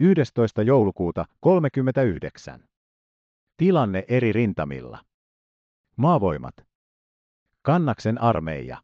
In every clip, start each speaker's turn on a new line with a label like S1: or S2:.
S1: 11. joulukuuta 39. Tilanne eri rintamilla. Maavoimat. Kannaksen armeija.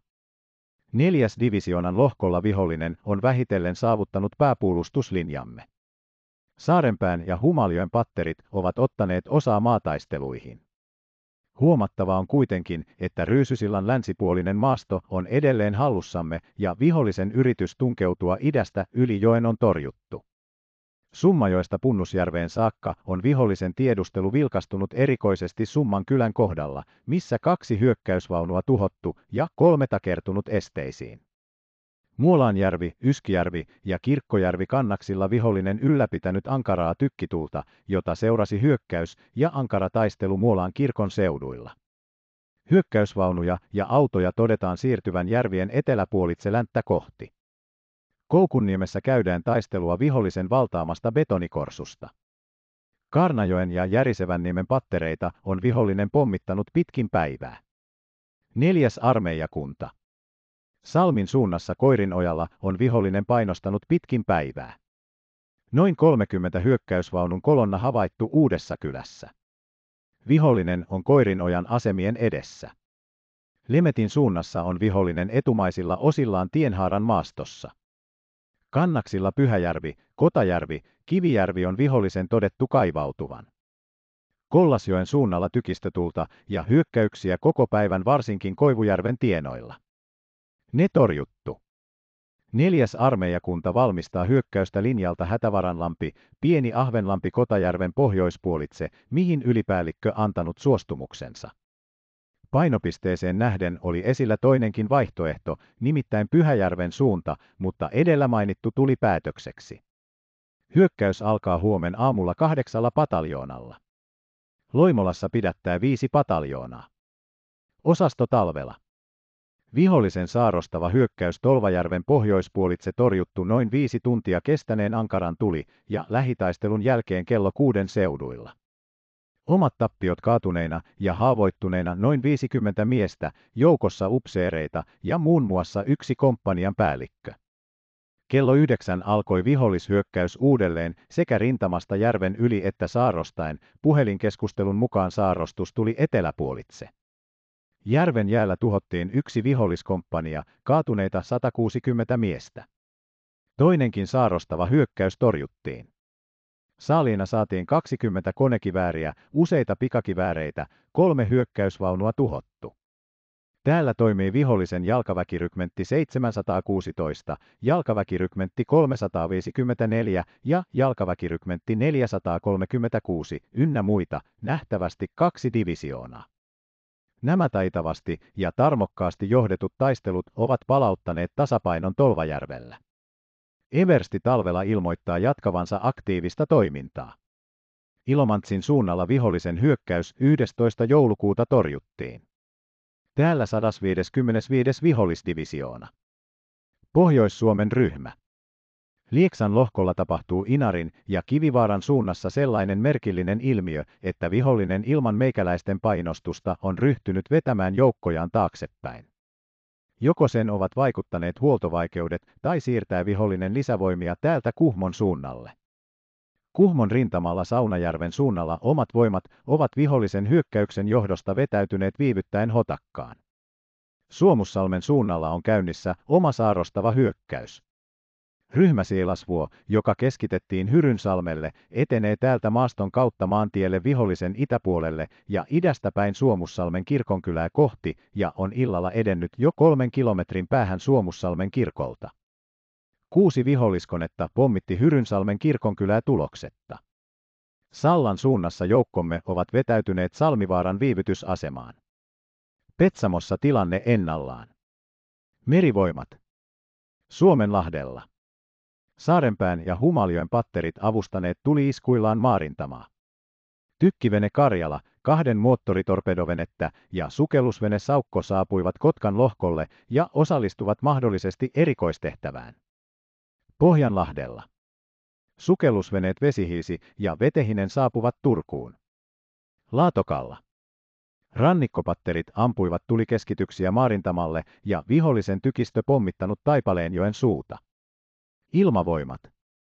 S1: 4. divisioonan lohkolla vihollinen on vähitellen saavuttanut pääpuolustuslinjamme. Saarenpään ja Humaljoen patterit ovat ottaneet osaa maataisteluihin. Huomattavaa on kuitenkin, että Ryysysillan länsipuolinen maasto on edelleen hallussamme ja vihollisen yritys tunkeutua idästä yli joen on torjuttu. Summajoesta Punnusjärveen saakka on vihollisen tiedustelu vilkastunut erikoisesti Summan kylän kohdalla, missä 2 hyökkäysvaunua tuhottu ja 3 takertunut esteisiin. Muolaanjärvi, Yskijärvi ja Kirkkojärvi kannaksilla vihollinen ylläpitänyt ankaraa tykkitulta, jota seurasi hyökkäys ja ankara taistelu Muolaan kirkon seuduilla. Hyökkäysvaunuja ja autoja todetaan siirtyvän järvien eteläpuolitse länttä kohti. Koukunniemessä käydään taistelua vihollisen valtaamasta betonikorsusta. Kaarnajoen ja Järisevänniemen pattereita on vihollinen pommittanut pitkin päivää. 4. armeijakunta. Salmin suunnassa Koirinojalla on vihollinen painostanut pitkin päivää. Noin 30 hyökkäysvaunun kolonna havaittu Uudessakylässä. Vihollinen on Koirinojan asemien edessä. Lemetin suunnassa on vihollinen etumaisilla osillaan tienhaaran maastossa. Kannaksilla Pyhäjärvi, Kotajärvi, Kivijärvi on vihollisen todettu kaivautuvan. Kollasjoen suunnalla tykistötulta ja hyökkäyksiä koko päivän varsinkin Koivujärven tienoilla. Ne torjuttu. 4. armeijakunta valmistaa hyökkäystä linjalta Hätävaranlampi, Pieni Ahvenlampi Kotajärven pohjoispuolitse, mihin ylipäällikkö antanut suostumuksensa. Painopisteeseen nähden oli esillä toinenkin vaihtoehto, nimittäin Pyhäjärven suunta, mutta edellä mainittu tuli päätökseksi. Hyökkäys alkaa huomen aamulla 8 pataljoonalla. Loimolassa pidättää 5 pataljoonaa. Osasto Talvela. Vihollisen saarostava hyökkäys Tolvajärven pohjoispuolitse torjuttu noin 5 tuntia kestäneen ankaran tuli ja lähitaistelun jälkeen kello 6 seuduilla. Omat tappiot kaatuneina ja haavoittuneina noin 50 miestä, joukossa upseereita ja muun muassa 1 komppanian päällikkö. Kello 9 alkoi vihollishyökkäys uudelleen sekä rintamasta järven yli että saarostain, puhelinkeskustelun mukaan saarostus tuli eteläpuolitse. Järven jäällä tuhottiin 1 viholliskomppania, kaatuneita 160 miestä. Toinenkin saarostava hyökkäys torjuttiin. Saaliina saatiin 20 konekivääriä, useita pikakivääreitä, 3 hyökkäysvaunua tuhottu. Täällä toimii vihollisen jalkaväkirykmentti 716, jalkaväkirykmentti 354 ja jalkaväkirykmentti 436 ynnä muita, nähtävästi 2 divisioonaa. Nämä taitavasti ja tarmokkaasti johdetut taistelut ovat palauttaneet tasapainon Tolvajärvellä. Eversti Talvela ilmoittaa jatkavansa aktiivista toimintaa. Ilomantsin suunnalla vihollisen hyökkäys 11. joulukuuta torjuttiin. Täällä 155. vihollisdivisioona. Pohjois-Suomen ryhmä. Lieksan lohkolla tapahtuu Inarin ja Kivivaaran suunnassa sellainen merkillinen ilmiö, että vihollinen ilman meikäläisten painostusta on ryhtynyt vetämään joukkojaan taaksepäin. Joko sen ovat vaikuttaneet huoltovaikeudet tai siirtää vihollinen lisävoimia täältä Kuhmon suunnalle. Kuhmon rintamalla Saunajärven suunnalla omat voimat ovat vihollisen hyökkäyksen johdosta vetäytyneet viivyttäen Hotakkaan. Suomussalmen suunnalla on käynnissä oma saarostava hyökkäys. Ryhmäsielasvuo, joka keskitettiin Hyrynsalmelle, etenee täältä maaston kautta maantielle vihollisen itäpuolelle ja idästä päin Suomussalmen kirkonkylää kohti ja on illalla edennyt jo 3 kilometrin päähän Suomussalmen kirkolta. 6 viholliskonetta pommitti Hyrynsalmen kirkonkylää tuloksetta. Sallan suunnassa joukkomme ovat vetäytyneet Salmivaaran viivytysasemaan. Petsamossa tilanne ennallaan. Merivoimat. Suomenlahdella. Saarenpään ja Humaljoen patterit avustaneet tuli-iskuillaan maarintamaa. Tykkivene Karjala, 2 moottoritorpedovenettä ja sukellusvene Saukko saapuivat Kotkan lohkolle ja osallistuvat mahdollisesti erikoistehtävään. Pohjanlahdella. Sukellusveneet Vesihiisi ja Vetehinen saapuvat Turkuun. Laatokalla. Rannikkopatterit ampuivat tulikeskityksiä maarintamalle ja vihollisen tykistö pommittanut Taipaleenjoen suuta. Ilmavoimat.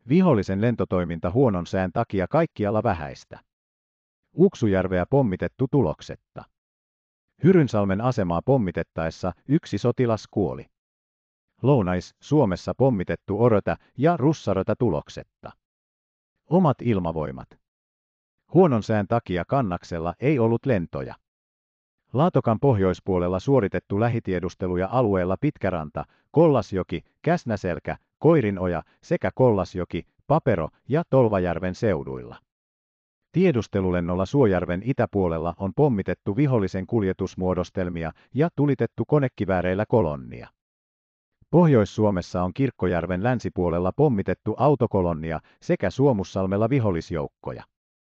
S1: Vihollisen lentotoiminta huonon sään takia kaikkialla vähäistä. Uksujärveä pommitettu tuloksetta. Hyrynsalmen asemaa pommitettaessa 1 sotilas kuoli. Lounais-Suomessa pommitettu Orötä ja Russarötä tuloksetta. Omat ilmavoimat. Huonon sään takia Kannaksella ei ollut lentoja. Laatokan pohjoispuolella suoritettu lähitiedusteluja alueella Pitkäranta, Kollasjoki, Käsnäselkä, Koirinoja sekä Kollasjoki, Papero ja Tolvajärven seuduilla. Tiedustelulennolla Suojärven itäpuolella on pommitettu vihollisen kuljetusmuodostelmia ja tulitettu konekivääreillä kolonnia. Pohjois-Suomessa on Kirkkojärven länsipuolella pommitettu autokolonnia sekä Suomussalmella vihollisjoukkoja.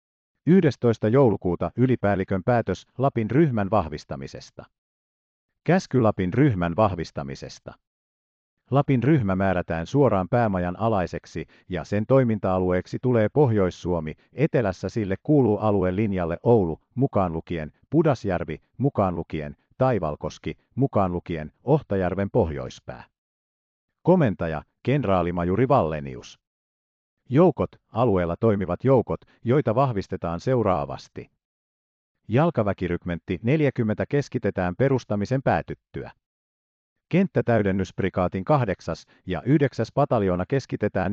S1: 11. joulukuuta ylipäällikön päätös Lapin ryhmän vahvistamisesta. Käsky Lapin ryhmän vahvistamisesta. Lapin ryhmä määrätään suoraan päämajan alaiseksi ja sen toiminta-alueeksi tulee Pohjois-Suomi, etelässä sille kuuluu aluelinjalle Oulu, mukaan lukien Pudasjärvi, mukaan lukien Taivalkoski, mukaan lukien Ohtajärven pohjoispää. Komentaja, kenraalimajuri Wallenius. Joukot, alueella toimivat joukot, joita vahvistetaan seuraavasti. Jalkaväkirykmentti 40 keskitetään perustamisen päätyttyä. Kenttätäydennysprikaatin 8. ja 9. pataljoona keskitetään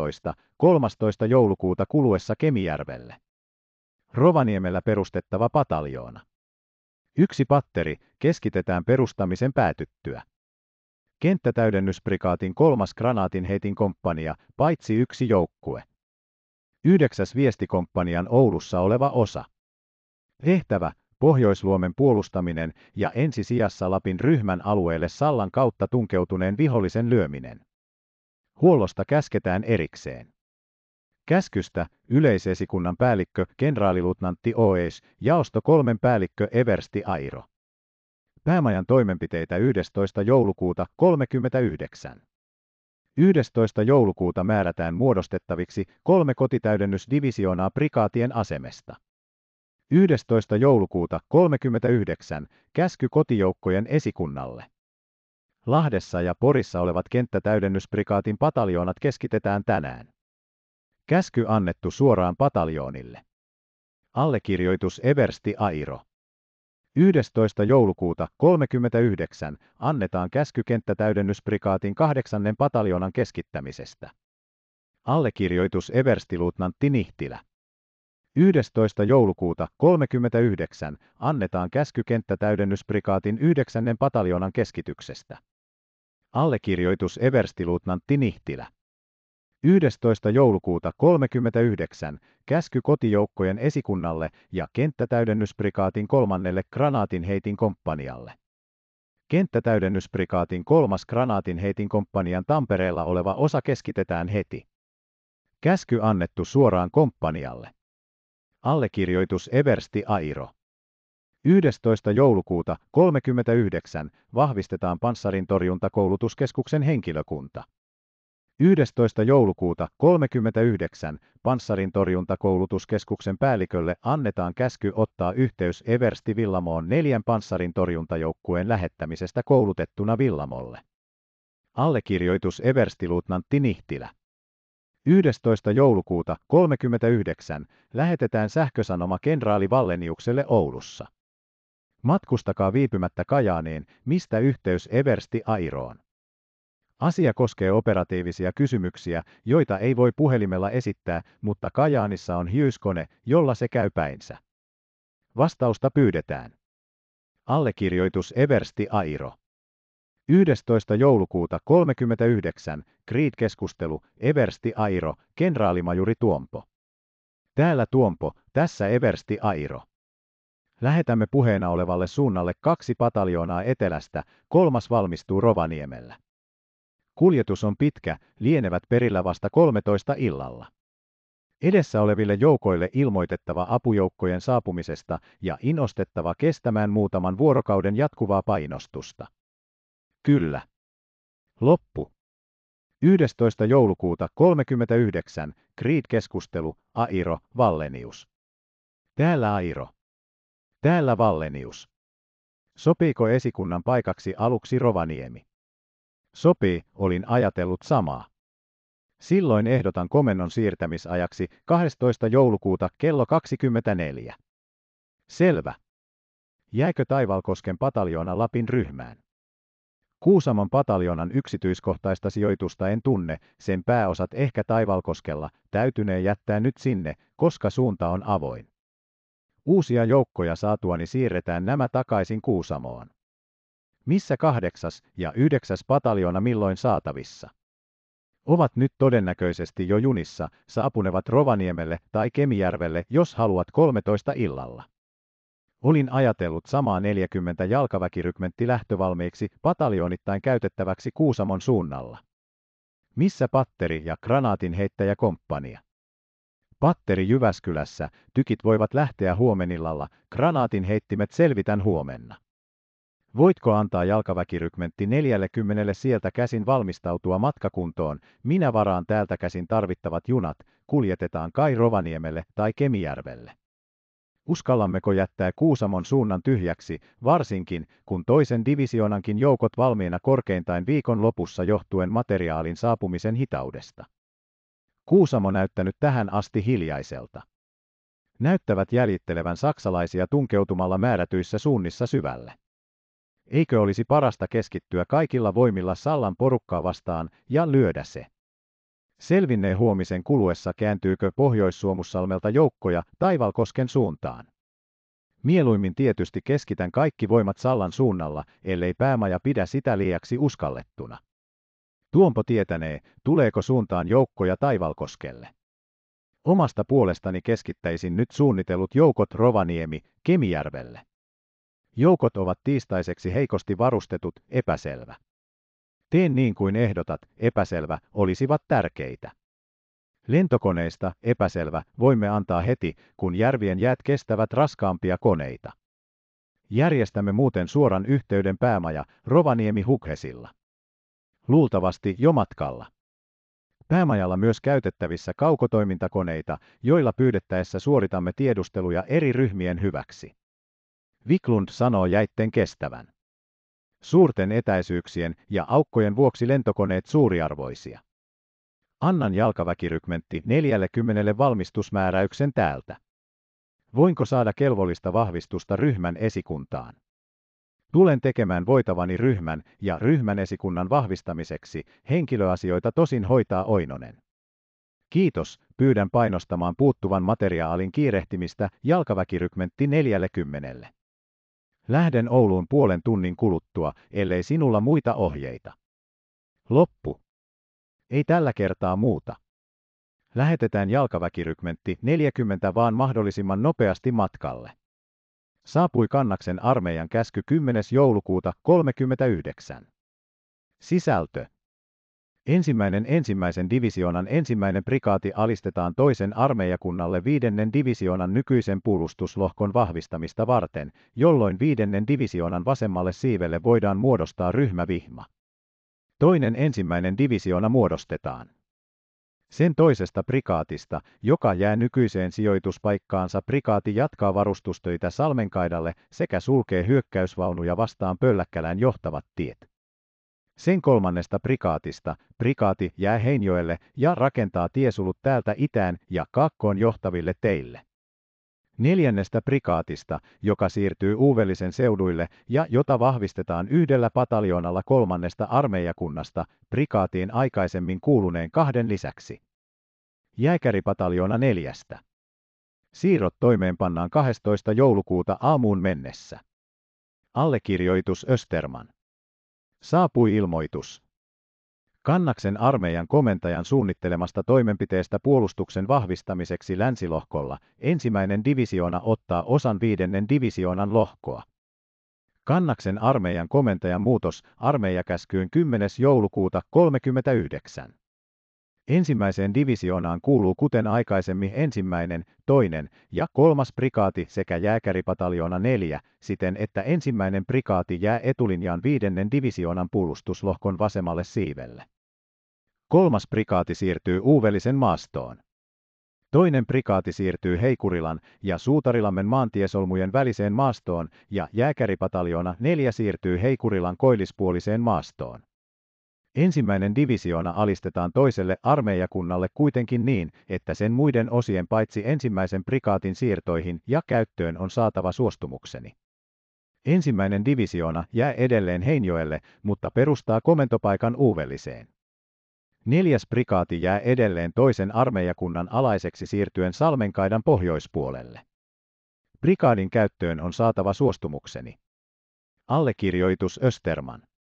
S1: 13. joulukuuta kuluessa Kemijärvelle. Rovaniemellä perustettava pataljoona. 1 patteri keskitetään perustamisen päätyttyä. Kenttätäydennysprikaatin 3. granaatinheitin komppania, paitsi 1 joukkue. 9. viestikomppanian Oulussa oleva osa. Tehtävä, Pohjois-Suomen puolustaminen ja ensi sijassa Lapin ryhmän alueelle Sallan kautta tunkeutuneen vihollisen lyöminen. Huollosta käsketään erikseen. Käskystä yleisesikunnan päällikkö kenraaliluutnantti Oes, jaosto 3 päällikkö Eversti Airo. Päämajan toimenpiteitä 11. joulukuuta 39. 11. joulukuuta määrätään muodostettaviksi 3 kotitäydennysdivisioonaa prikaatien asemesta. 11. joulukuuta 39. Käsky kotijoukkojen esikunnalle. Lahdessa ja Porissa olevat kenttätäydennysprikaatin pataljoonat keskitetään tänään. Käsky annettu suoraan pataljoonille. Allekirjoitus Eversti Airo. 11. joulukuuta 39. annetaan käsky kenttätäydennysprikaatin 8. pataljoonan keskittämisestä. Allekirjoitus everstiluutnantti Nihtilä. 11. joulukuuta 39. annetaan käsky kenttätäydennysprikaatin 9. pataljoonan keskityksestä. Allekirjoitus everstiluutnantti Nihtilä. 11. joulukuuta 39. käsky kotijoukkojen esikunnalle ja kenttätäydennysprikaatin 3. granaatinheitin komppanialle. Kenttätäydennysprikaatin 3. granaatinheitin komppanian Tampereella oleva osa keskitetään heti. Käsky annettu suoraan komppanialle. Allekirjoitus Eversti Airo. 11. joulukuuta 39. vahvistetaan Panssarintorjuntakoulutuskeskuksen henkilökunta. 11. joulukuuta 39. Panssarintorjuntakoulutuskeskuksen päällikölle annetaan käsky ottaa yhteys Eversti Villamoon 4 panssarintorjuntajoukkueen lähettämisestä koulutettuna Villamolle. Allekirjoitus everstiluutnantti Nihtilä. 11. joulukuuta 39. lähetetään sähkösanoma kenraali Walleniukselle Oulussa. Matkustakaa viipymättä Kajaaniin, mistä yhteys Eversti Airoon. Asia koskee operatiivisia kysymyksiä, joita ei voi puhelimella esittää, mutta Kajaanissa on Hughes-kone, jolla se käy päinsä. Vastausta pyydetään. Allekirjoitus Eversti Airo. 11. joulukuuta 39. Creed-keskustelu, Eversti Airo, kenraalimajuri Tuompo. Täällä Tuompo, tässä Eversti Airo. Lähetämme puheena olevalle suunnalle 2 pataljoonaa etelästä, 3. valmistuu Rovaniemellä. Kuljetus on pitkä, lienevät perillä vasta 13 illalla. Edessä oleville joukoille ilmoitettava apujoukkojen saapumisesta ja innostettava kestämään muutaman vuorokauden jatkuvaa painostusta. Kyllä. Loppu. 11. joulukuuta 39. Creed-keskustelu, Airo, Wallenius. Täällä Airo. Täällä Wallenius. Sopiiko esikunnan paikaksi aluksi Rovaniemi? Sopii, olin ajatellut samaa. Silloin ehdotan komennon siirtämisajaksi 12. joulukuuta kello 24. Selvä. Jääkö Taivalkosken pataljoona Lapin ryhmään? Kuusamon pataljoonan yksityiskohtaista sijoitusta en tunne, sen pääosat ehkä Taivalkoskella, täytynee jättää nyt sinne, koska suunta on avoin. Uusia joukkoja saatuani siirretään nämä takaisin Kuusamoon. Missä 8. ja 9. pataljoona milloin saatavissa? Ovat nyt todennäköisesti jo junissa, saapunevat Rovaniemelle tai Kemijärvelle, jos haluat 13 illalla. Olin ajatellut samaa 40 jalkaväkirykmentti lähtövalmiiksi pataljoonittain käytettäväksi Kuusamon suunnalla. Missä patteri ja granaatinheittäjäkomppania? Patteri Jyväskylässä, tykit voivat lähteä huomenillalla, granaatinheittimet selvitän huomenna. Voitko antaa jalkaväkirykmentti 40 sieltä käsin valmistautua matkakuntoon, minä varaan täältä käsin tarvittavat junat, kuljetetaan kai Rovaniemelle tai Kemijärvelle. Uskallammeko jättää Kuusamon suunnan tyhjäksi, varsinkin, kun toisen divisioonankin joukot valmiina korkeintain viikon lopussa johtuen materiaalin saapumisen hitaudesta? Kuusamo näyttänyt tähän asti hiljaiselta. Näyttävät jäljittelevän saksalaisia tunkeutumalla määrätyissä suunnissa syvälle. Eikö olisi parasta keskittyä kaikilla voimilla Sallan porukkaa vastaan ja lyödä se? Selvinnee huomisen kuluessa kääntyykö Pohjois-Suomussalmelta joukkoja Taivalkosken suuntaan. Mieluimmin tietysti keskitän kaikki voimat Sallan suunnalla, ellei päämaja pidä sitä liiaksi uskallettuna. Tuompo tietänee, tuleeko suuntaan joukkoja Taivalkoskelle. Omasta puolestani keskittäisin nyt suunnitellut joukot Rovaniemi, Kemijärvelle. Joukot ovat tiistaiseksi heikosti varustetut, epäselvä. Teen niin kuin ehdotat, epäselvä, olisivat tärkeitä. Lentokoneista, epäselvä, voimme antaa heti, kun järvien jäät kestävät raskaampia koneita. Järjestämme muuten suoran yhteyden päämaja Rovaniemi-Hughesilla. Luultavasti jo matkalla. Päämajalla myös käytettävissä kaukotoimintakoneita, joilla pyydettäessä suoritamme tiedusteluja eri ryhmien hyväksi. Wiklund sanoo jäitten kestävän. Suurten etäisyyksien ja aukkojen vuoksi lentokoneet suuriarvoisia. Annan jalkaväkirykmentti 40 valmistusmääräyksen täältä. Voinko saada kelvollista vahvistusta ryhmän esikuntaan? Tulen tekemään voitavani ryhmän ja ryhmän esikunnan vahvistamiseksi, henkilöasioita tosin hoitaa Oinonen. Kiitos, pyydän painostamaan puuttuvan materiaalin kiirehtimistä jalkaväkirykmentti 40. Lähden Ouluun puolen tunnin kuluttua, ellei sinulla muita ohjeita. Loppu. Ei tällä kertaa muuta. Lähetetään jalkaväkirykmentti 40 vaan mahdollisimman nopeasti matkalle. Saapui Kannaksen armeijan käsky 10. joulukuuta 39. Sisältö. Ensimmäisen divisioonan ensimmäinen prikaati alistetaan toisen armeijakunnalle 5. divisioonan nykyisen puolustuslohkon vahvistamista varten, jolloin 5. divisioonan vasemmalle siivelle voidaan muodostaa ryhmävihma. Toinen ensimmäinen divisioona muodostetaan. Sen toisesta prikaatista, joka jää nykyiseen sijoituspaikkaansa, prikaati jatkaa varustustöitä Salmenkaidalle sekä sulkee hyökkäysvaunuja vastaan Pölläkkälään johtavat tiet. Sen kolmannesta prikaatista, prikaati jää Heinjoelle ja rakentaa tiesulut täältä itään ja kaakkoon johtaville teille. 4. prikaatista, joka siirtyy Uuvellisen seuduille ja jota vahvistetaan 1 pataljoonalla 3. armeijakunnasta, prikaatiin aikaisemmin kuuluneen 2 lisäksi. Jääkäripataljoona 4. Siirrot toimeenpannaan 12. joulukuuta aamuun mennessä. Allekirjoitus Österman. Saapui ilmoitus. Kannaksen armeijan komentajan suunnittelemasta toimenpiteestä puolustuksen vahvistamiseksi länsilohkolla, 1. divisioona ottaa osan 5. divisioonan lohkoa. Kannaksen armeijan komentajan muutos armeijakäskyyn 10. joulukuuta 39. Ensimmäiseen divisioonaan kuuluu kuten aikaisemmin 1., 2. ja 3. prikaati sekä jääkäripataljoona 4, siten että 1. prikaati jää etulinjaan 5. divisioonan puolustuslohkon vasemmalle siivelle. 3. prikaati siirtyy Uuvellisen maastoon. 2. prikaati siirtyy Heikurilan ja Suutarilammen maantiesolmujen väliseen maastoon ja jääkäripataljoona 4 siirtyy Heikurilan koillispuoliseen maastoon. Ensimmäinen divisioona alistetaan toiselle armeijakunnalle kuitenkin niin, että sen muiden osien paitsi ensimmäisen prikaatin siirtoihin ja käyttöön on saatava suostumukseni. Ensimmäinen divisioona jää edelleen Heinjoelle, mutta perustaa komentopaikan Uuvelliseen. 4. prikaati jää edelleen toisen armeijakunnan alaiseksi siirtyen Salmenkaidan pohjoispuolelle. Prikaadin käyttöön on saatava suostumukseni. Allekirjoitus Österman.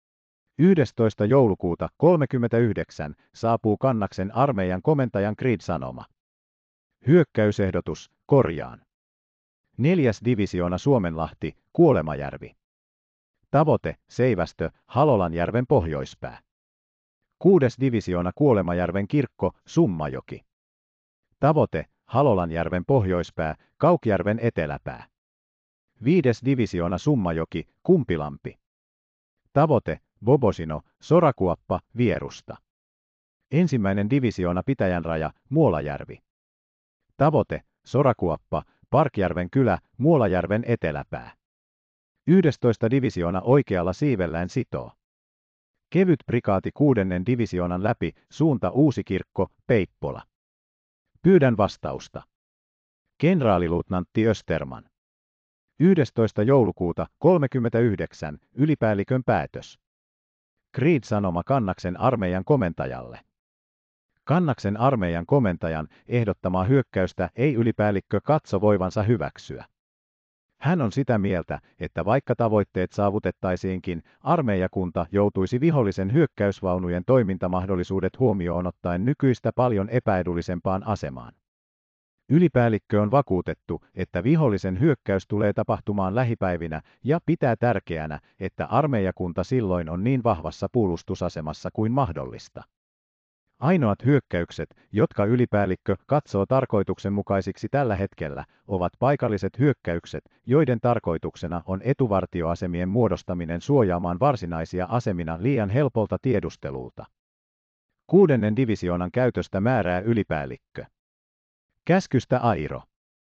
S1: 11. joulukuuta 1939 saapuu Kannaksen armeijan komentajan Creed-sanoma. Hyökkäysehdotus, korjaan. 4. divisioona Suomenlahti, Kuolemajärvi. Tavoite, Seivästö, Halolanjärven pohjoispää. 6. divisioona Kuolemajärven kirkko, Summajoki. Tavoite, Halolanjärven pohjoispää, Kaukjärven eteläpää. 5. divisioona Summajoki, Kumpilampi. Tavoite, Bobosino, Sorakuoppa, Vierusta. 1. divisioona Pitäjänraja, Muolajärvi. Tavoite, Sorakuoppa, Parkjärven kylä, Muolajärven eteläpää. 11. divisioona Oikealla Siivellään sitoo. Kevyt prikaati 6. divisioonan läpi, suunta Uusikirkko, Peippola. Pyydän vastausta. Kenraaliluutnantti Österman. 11. joulukuuta 1939 ylipäällikön päätös. Creed-sanoma Kannaksen armeijan komentajalle. Kannaksen armeijan komentajan ehdottamaa hyökkäystä ei ylipäällikkö katso voivansa hyväksyä. Hän on sitä mieltä, että vaikka tavoitteet saavutettaisiinkin, armeijakunta joutuisi vihollisen hyökkäysvaunujen toimintamahdollisuudet huomioon ottaen nykyistä paljon epäedullisempaan asemaan. Ylipäällikkö on vakuutettu, että vihollisen hyökkäys tulee tapahtumaan lähipäivinä ja pitää tärkeänä, että armeijakunta silloin on niin vahvassa puolustusasemassa kuin mahdollista. Ainoat hyökkäykset, jotka ylipäällikkö katsoo tarkoituksenmukaisiksi tällä hetkellä, ovat paikalliset hyökkäykset, joiden tarkoituksena on etuvartioasemien muodostaminen suojaamaan varsinaisia asemina liian helpolta tiedustelulta. 6. divisioonan käytöstä määrää ylipäällikkö. Käskystä Airo.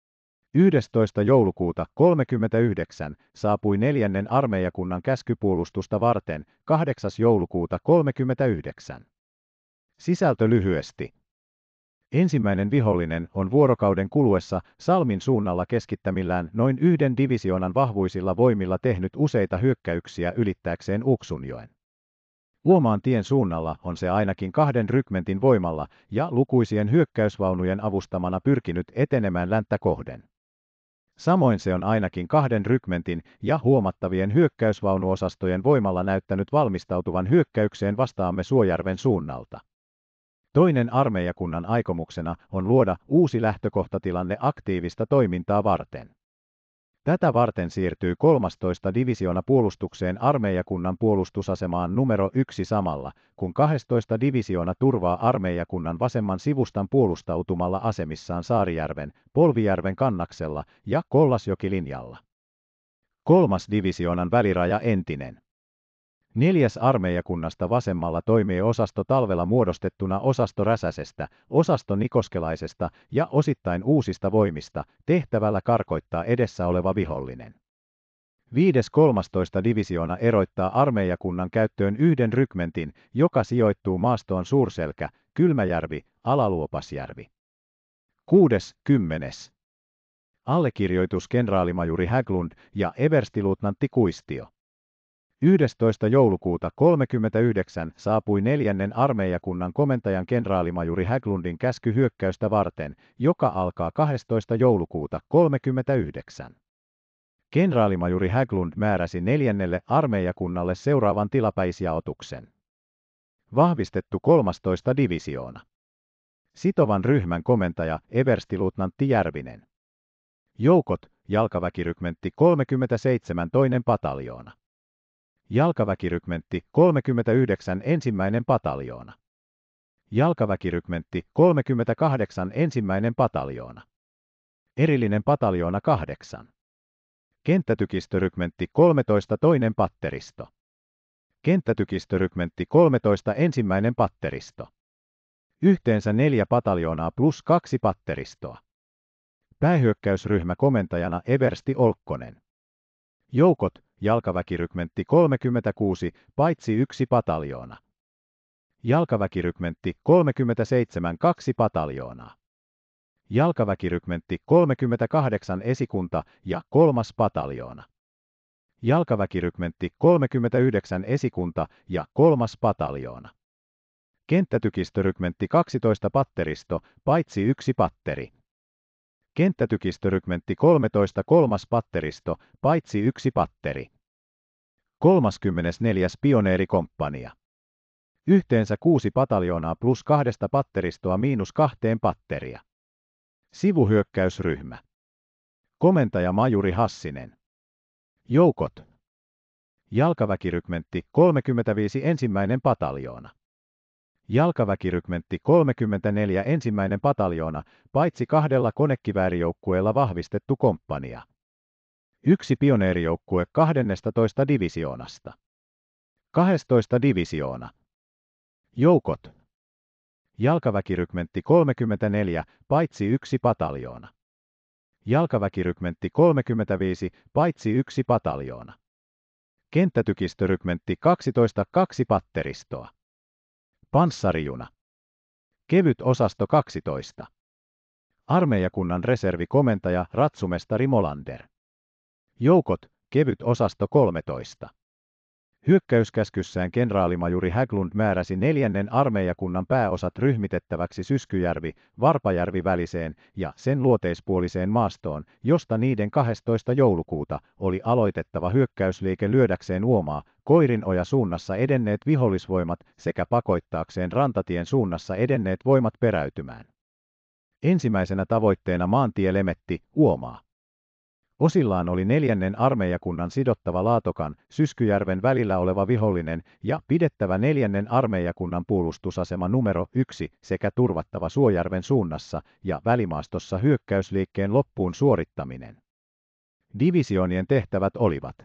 S1: 11. joulukuuta 1939 saapui 4. armeijakunnan käskypuolustusta varten 8. joulukuuta 1939. Sisältö lyhyesti. Ensimmäinen vihollinen on vuorokauden kuluessa Salmin suunnalla keskittämillään noin 1 divisioonan vahvuisilla voimilla tehnyt useita hyökkäyksiä ylittääkseen Uksunjoen. Luomaan tien suunnalla on se ainakin 2 rykmentin voimalla ja lukuisien hyökkäysvaunujen avustamana pyrkinyt etenemään länttä kohden. Samoin se on ainakin 2 rykmentin ja huomattavien hyökkäysvaunuosastojen voimalla näyttänyt valmistautuvan hyökkäykseen vastaamme Suojärven suunnalta. Toinen armeijakunnan aikomuksena on luoda uusi lähtökohtatilanne aktiivista toimintaa varten. Tätä varten siirtyy 13. divisioona puolustukseen armeijakunnan puolustusasemaan numero 1 samalla, kun 12. divisioona turvaa armeijakunnan vasemman sivustan puolustautumalla asemissaan Saarijärven, Polvijärven kannaksella ja Kollasjokilinjalla. 3. divisioonan väliraja entinen. 4. armeijakunnasta vasemmalla toimii osasto Talvella muodostettuna osasto Räsäsestä, osasto Nikoskelaisesta ja osittain uusista voimista, tehtävällä karkoittaa edessä oleva vihollinen. 5. 13. divisioona eroittaa armeijakunnan käyttöön 1 rykmentin, joka sijoittuu maastoon Suurselkä, Kylmäjärvi, Alaluopasjärvi. 6. 10. Allekirjoitus kenraalimajuri Hägglund ja everstiluutnantti Kuistio. 11. joulukuuta 1939 saapui 4. armeijakunnan komentajan kenraalimajuri Hägglundin käsky hyökkäystä varten, joka alkaa 12. joulukuuta 1939. Kenraalimajuri Hägglund määräsi 4. armeijakunnalle seuraavan tilapäisjaotuksen. Vahvistettu 13. divisioona. Sitovan ryhmän komentaja everstiluutnantti Järvinen. Joukot, jalkaväkirykmentti 37 toinen pataljoona. Jalkaväkirykmentti 39 ensimmäinen pataljoona. Jalkaväkirykmentti 38 ensimmäinen pataljoona. Erillinen pataljoona 8. Kenttätykistörykmentti 13 toinen patteristo. Kenttätykistörykmentti 13 ensimmäinen patteristo. Yhteensä 4 pataljoonaa plus 2 patteristoa. Päähyökkäysryhmä komentajana eversti Olkkonen. Joukot, jalkaväkirykmentti 36, paitsi 1 pataljoona. Jalkaväkirykmentti 37 2 pataljoonaa. Jalkaväkirykmentti 38 esikunta ja 3. pataljoona. Jalkaväkirykmentti 39 esikunta ja 3. pataljoona. Kenttätykistörykmentti 12 patteristo, paitsi 1 patteri. Kenttätykistörykmentti 13 3. patteristo, paitsi 1 patteri. 34. pioneerikomppania. Yhteensä 6 pataljoonaa plus 2 patteristoa miinus 2 patteria. Sivuhyökkäysryhmä. Komentaja majuri Hassinen. Joukot. Jalkaväkirykmentti 35 ensimmäinen pataljoona. Jalkaväkirykmentti 34 ensimmäinen pataljoona, paitsi 2 konekiväärijoukkueella vahvistettu komppania. 1 pioneerijoukkue 12 divisioonasta. 12 divisioona. Joukot. Jalkaväkirykmentti 34, paitsi 1 pataljoona. Jalkaväkirykmentti 35, paitsi 1 pataljoona. Kenttätykistörykmentti 12, 2 patteristoa. Panssarijuna. Kevyt osasto 12. Armeijakunnan reservikomentaja ratsumestari Molander. Joukot, kevyt osasto 13. Hyökkäyskäskyssään kenraalimajuri Hägglund määräsi 4. armeijakunnan pääosat ryhmitettäväksi Syskyjärvi, Varpajärvi väliseen ja sen luoteispuoliseen maastoon, josta niiden 12. joulukuuta oli aloitettava hyökkäysliike lyödäkseen Uomaa, Koirinoja suunnassa edenneet vihollisvoimat sekä pakoittaakseen Rantatien suunnassa edenneet voimat peräytymään. Ensimmäisenä tavoitteena maantie Lemetti, Uomaa. Osillaan oli 4. armeijakunnan sidottava Laatokan, Syskyjärven välillä oleva vihollinen ja pidettävä 4. armeijakunnan puolustusasema numero 1 sekä turvattava Suojärven suunnassa ja välimaastossa hyökkäysliikkeen loppuun suorittaminen. Divisioonien tehtävät olivat: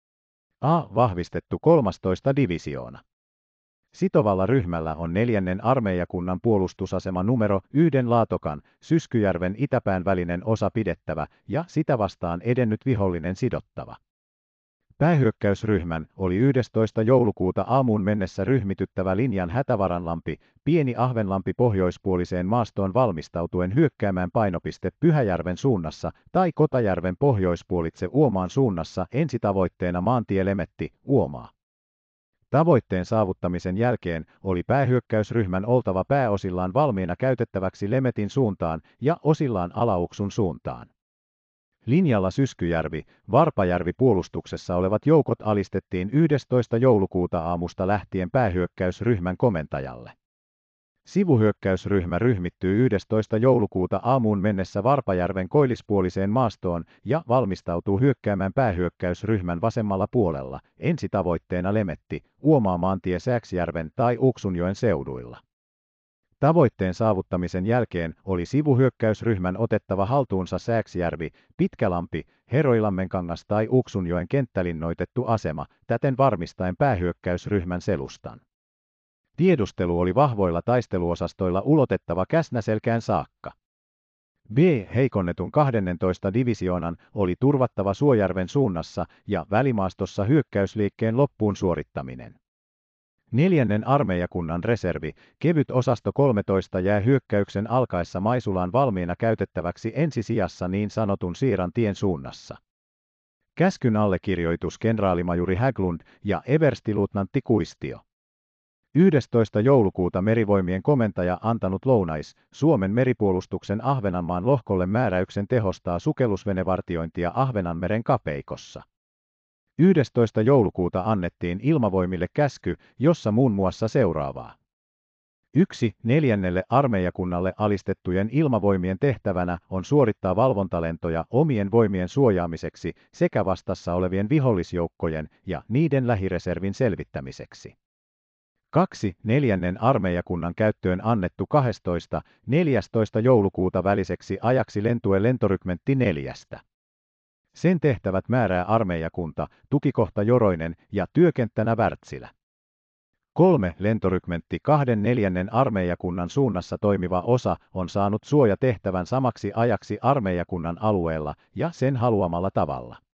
S1: A. Vahvistettu 13. divisioona. Sitovalla ryhmällä on 4. armeijakunnan puolustusasema numero 1 Laatokan, Syskyjärven itäpään välinen osa pidettävä ja sitä vastaan edennyt vihollinen sidottava. Päähyökkäysryhmän oli 11. joulukuuta aamuun mennessä ryhmityttävä linjan Hätävaranlampi, Pieni Ahvenlampi pohjoispuoliseen maastoon valmistautuen hyökkäämään painopiste Pyhäjärven suunnassa tai Kotajärven pohjoispuolitse Uomaan suunnassa ensitavoitteena maantie Lemetti, Uomaa. Tavoitteen saavuttamisen jälkeen oli päähyökkäysryhmän oltava pääosillaan valmiina käytettäväksi Lemetin suuntaan ja osillaan Alauksun suuntaan. Linjalla Syskyjärvi, Varpajärvi puolustuksessa olevat joukot alistettiin 11. joulukuuta aamusta lähtien päähyökkäysryhmän komentajalle. Sivuhyökkäysryhmä ryhmittyy 11. joulukuuta aamuun mennessä Varpajärven koillispuoliseen maastoon ja valmistautuu hyökkäämään päähyökkäysryhmän vasemmalla puolella, ensitavoitteena Lemetti, Uomaa maantie Sääksjärven tai Uksunjoen seuduilla. Tavoitteen saavuttamisen jälkeen oli sivuhyökkäysryhmän otettava haltuunsa Sääksjärvi, Pitkälampi, Heroilammenkangas tai Uksunjoen kenttälinnoitettu asema, täten varmistaen päähyökkäysryhmän selustan. Tiedustelu oli vahvoilla taisteluosastoilla ulotettava Käsnäselkään saakka. B. Heikonnetun 12. divisioonan oli turvattava Suojärven suunnassa ja välimaastossa hyökkäysliikkeen loppuun suorittaminen. 4. armeijakunnan reservi, kevyt osasto 13 jää hyökkäyksen alkaessa Maisulaan valmiina käytettäväksi ensisijassa niin sanotun Siiran tien suunnassa. Käskyn allekirjoitus kenraalimajuri Hägglund ja everstiluutnantti Kuistio. 11. joulukuuta merivoimien komentaja antanut Suomen meripuolustuksen Ahvenanmaan lohkolle määräyksen tehostaa sukellusvenevartiointia Ahvenanmeren kapeikossa. 11. joulukuuta annettiin ilmavoimille käsky, jossa muun muassa seuraavaa. 1. 4. armeijakunnalle alistettujen ilmavoimien tehtävänä on suorittaa valvontalentoja omien voimien suojaamiseksi sekä vastassa olevien vihollisjoukkojen ja niiden lähireservin selvittämiseksi. 2. 4. armeijakunnan käyttöön annettu 12. 14. joulukuuta väliseksi ajaksi lentue lentorykmentti 4. Sen tehtävät määrää armeijakunta, tukikohta Joroinen ja työkenttänä Wärtsilä. 3. lentorykmentti 2. 4. armeijakunnan suunnassa toimiva osa on saanut suojatehtävän samaksi ajaksi armeijakunnan alueella ja sen haluamalla tavalla.